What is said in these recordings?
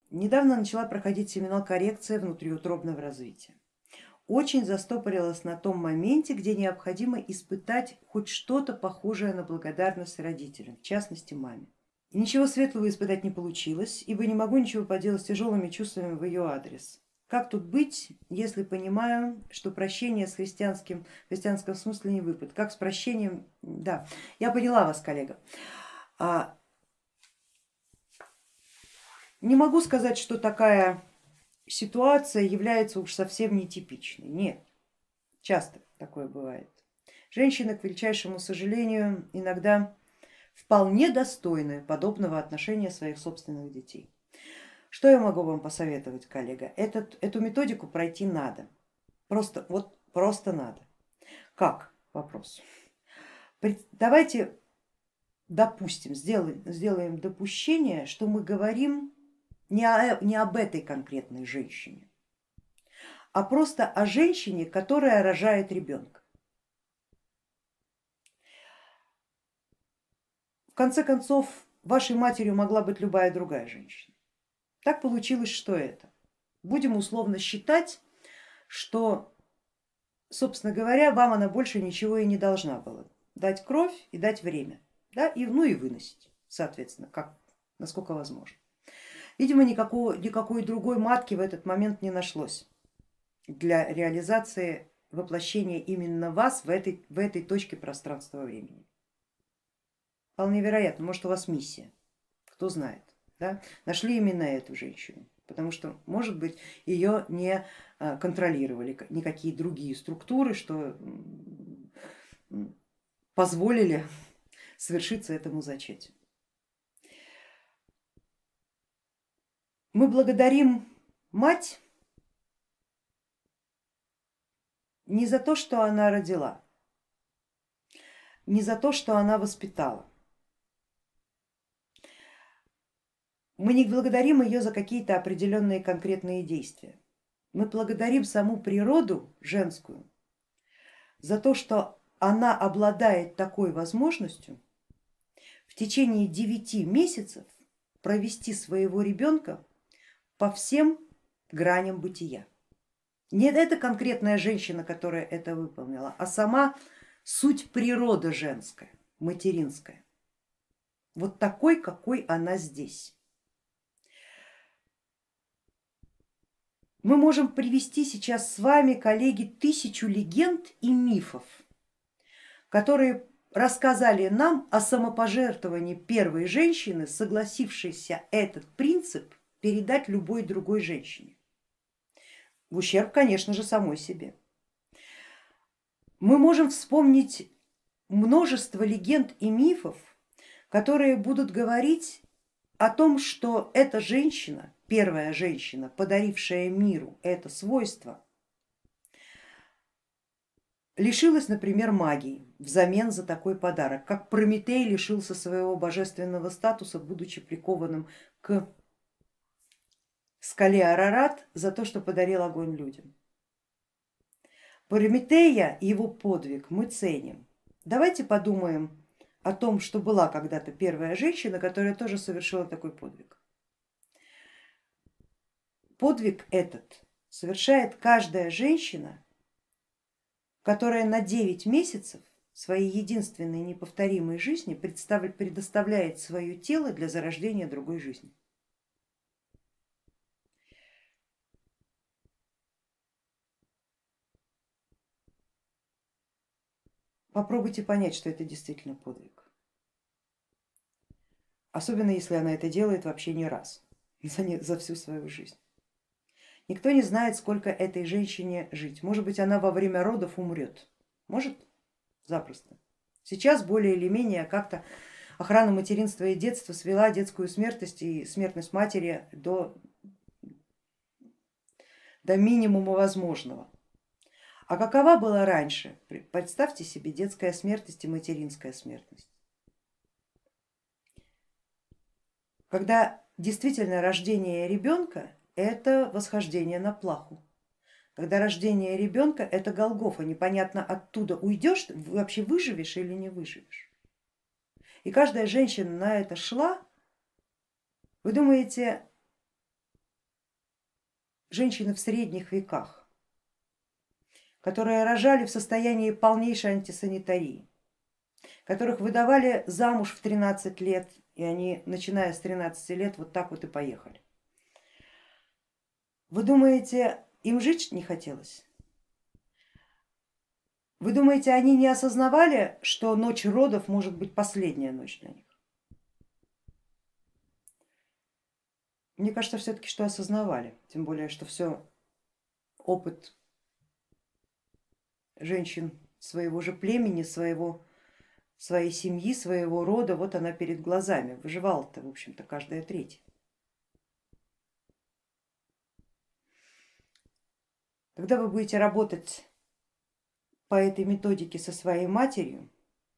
Недавно начала проходить семинар коррекция внутриутробного развития. Очень застопорилась на том моменте, где необходимо испытать хоть что-то похожее на благодарность родителям, в частности маме. И ничего светлого испытать не получилось, ибо не могу ничего поделать с тяжелыми чувствами в ее адрес. Как тут быть, если понимаю, что прощение в христианском смысле не выпад? Как с прощением? Да, я поняла вас, коллега. Не могу сказать, что такая ситуация является уж совсем нетипичной. Нет, часто такое бывает. Женщины, к величайшему сожалению, иногда вполне достойны подобного отношения своих собственных детей. Что я могу вам посоветовать, коллега? Эту методику пройти надо. Просто надо. Как? Вопрос. Давайте допустим, сделаем допущение, что мы говорим не об этой конкретной женщине, а просто о женщине, которая рожает ребенка. В конце концов, вашей матерью могла быть любая другая женщина. Так получилось, что это. Будем условно считать, что, собственно говоря, вам она больше ничего и не должна была. Дать кровь и дать время, да, и выносить, соответственно, насколько возможно. Видимо, никакой другой матки в этот момент не нашлось для реализации воплощения именно вас в этой точке пространства-времени. Вполне вероятно, может у вас миссия, кто знает, да? Нашли именно эту женщину, потому что, может быть, ее не контролировали никакие другие структуры, что позволили совершиться этому зачатию. Мы благодарим мать не за то, что она родила, не за то, что она воспитала. Мы не благодарим ее за какие-то определенные конкретные действия. Мы благодарим саму природу женскую за то, что она обладает такой возможностью в течение 9 месяцев провести своего ребенка по всем граням бытия. Не эта конкретная женщина, которая это выполнила, а сама суть природы женская, материнская. Вот такой, какой она здесь. Мы можем привести сейчас с вами, коллеги, 1000 легенд и мифов, которые рассказали нам о самопожертвовании первой женщины, согласившейся этот принцип передать любой другой женщине, в ущерб, конечно же, самой себе. Мы можем вспомнить множество легенд и мифов, которые будут говорить о том, что эта женщина, первая женщина, подарившая миру это свойство, лишилась, например, магии взамен за такой подарок, как Прометей лишился своего божественного статуса, будучи прикованным к скале Арарат за то, что подарил огонь людям. Прометея и его подвиг мы ценим. Давайте подумаем о том, что была когда-то первая женщина, которая тоже совершила такой подвиг. Подвиг этот совершает каждая женщина, которая на 9 месяцев своей единственной неповторимой жизни предоставляет свое тело для зарождения другой жизни. Попробуйте понять, что это действительно подвиг. Особенно если она это делает вообще не раз, за всю свою жизнь. Никто не знает, сколько этой женщине жить. Может быть, она во время родов умрет. Может, запросто. Сейчас более или менее как-то охрана материнства и детства свела детскую смертность и смертность матери до минимума возможного. А какова была раньше? Представьте себе детская смертность и материнская смертность. Когда действительно рождение ребенка это восхождение на плаху, когда рождение ребенка это Голгофа, непонятно оттуда уйдешь, вообще выживешь или не выживешь. И каждая женщина на это шла. Вы думаете, женщины в средних веках, которые рожали в состоянии полнейшей антисанитарии, которых выдавали замуж в 13 лет, и они, начиная с 13 лет, вот так вот и поехали. Вы думаете, им жить не хотелось? Вы думаете, они не осознавали, что ночь родов может быть последняя ночь для них? Мне кажется, все-таки, что осознавали, тем более, что все опыт женщин своего же племени, своей семьи, своего рода, вот она перед глазами. Выживала-то, в общем-то, каждая третья. Когда вы будете работать по этой методике со своей матерью,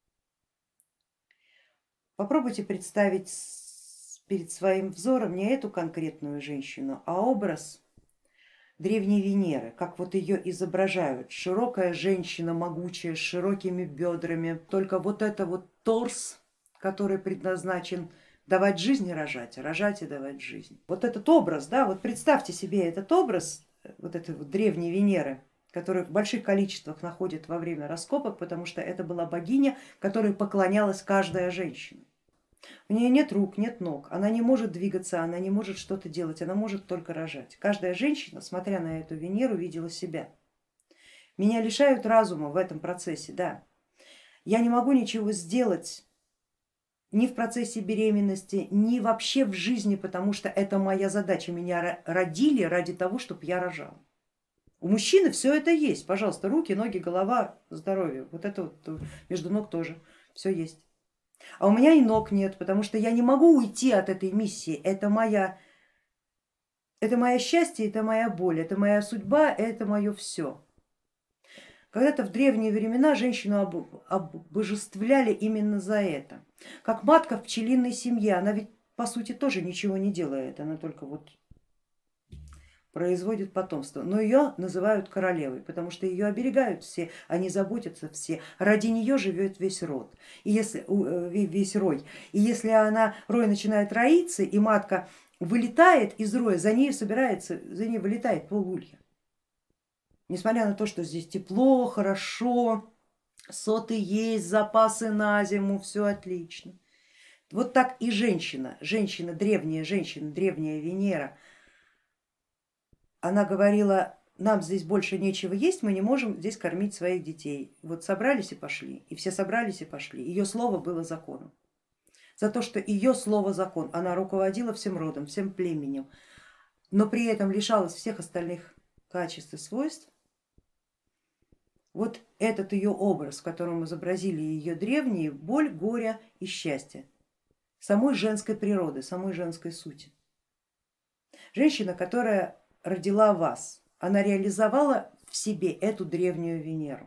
попробуйте представить перед своим взором не эту конкретную женщину, а образ древней Венеры, как вот ее изображают. Широкая женщина, могучая, с широкими бедрами, только вот это вот торс, который предназначен давать жизнь и рожать, рожать и давать жизнь. Вот этот образ, да, вот представьте себе этот образ вот этой вот древней Венеры, которую в больших количествах находят во время раскопок, потому что это была богиня, которой поклонялась каждая женщина. У нее нет рук, нет ног, она не может двигаться, она не может что-то делать, она может только рожать. Каждая женщина, смотря на эту Венеру, видела себя. Меня лишают разума в этом процессе, да. Я не могу ничего сделать ни в процессе беременности, ни вообще в жизни, потому что это моя задача. Меня родили ради того, чтобы я рожала. У мужчины все это есть, пожалуйста, руки, ноги, голова, здоровье, вот это вот между ног тоже все есть. А у меня и ног нет, потому что я не могу уйти от этой миссии, это мое счастье, это моя боль, это моя судьба, это мое все. Когда-то в древние времена женщину обожествляли именно за это. Как матка в пчелиной семье, она ведь по сути тоже ничего не делает, она только вот производит потомство, но ее называют королевой, потому что ее оберегают все, они заботятся все, ради нее живет весь род, и если, весь рой. И если рой начинает роиться и матка вылетает из роя, за ней вылетает полулья. Несмотря на то, что здесь тепло, хорошо, соты есть, запасы на зиму, все отлично. Вот так и женщина, древняя Венера, она говорила, нам здесь больше нечего есть, мы не можем здесь кормить своих детей. Вот собрались и пошли, и все собрались и пошли. Ее слово было законом. За то, что ее слово закон, она руководила всем родом, всем племенем, но при этом лишалась всех остальных качеств и свойств. Вот этот ее образ, в котором изобразили ее древние, боль, горе и счастье, самой женской природы, самой женской сути. Женщина, которая родила вас, она реализовала в себе эту древнюю Венеру.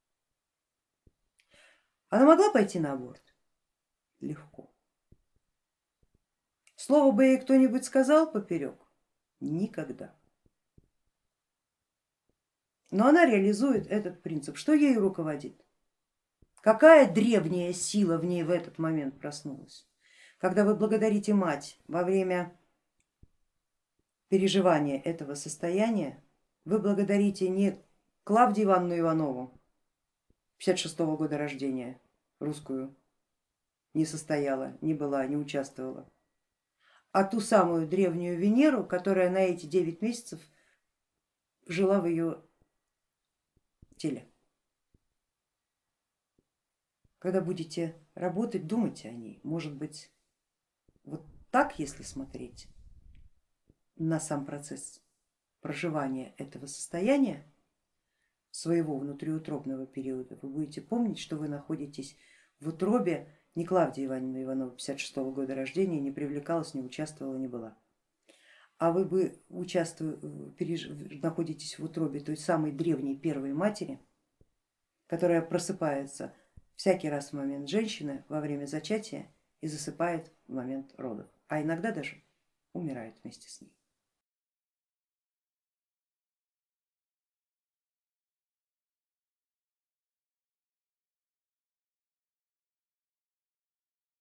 Она могла пойти на аборт? Легко. Слово бы ей кто-нибудь сказал поперек? Никогда. Но она реализует этот принцип. Что ею руководит? Какая древняя сила в ней в этот момент проснулась? Когда вы благодарите мать во время переживания этого состояния, вы благодарите не Клавдию Ивановну Иванову, 56-го года рождения, русскую, не состояла, не была, не участвовала, а ту самую древнюю Венеру, которая на эти 9 месяцев жила в ее теле. Когда будете работать, думайте о ней. Может быть, вот так, если смотреть на сам процесс проживания этого состояния, своего внутриутробного периода, вы будете помнить, что вы находитесь в утробе не Клавдии Ивановны Ивановой 56-го года рождения, не привлекалась, не участвовала, не была, а вы находитесь в утробе той самой древней первой матери, которая просыпается всякий раз в момент женщины во время зачатия и засыпает в момент родов, а иногда даже умирает вместе с ней.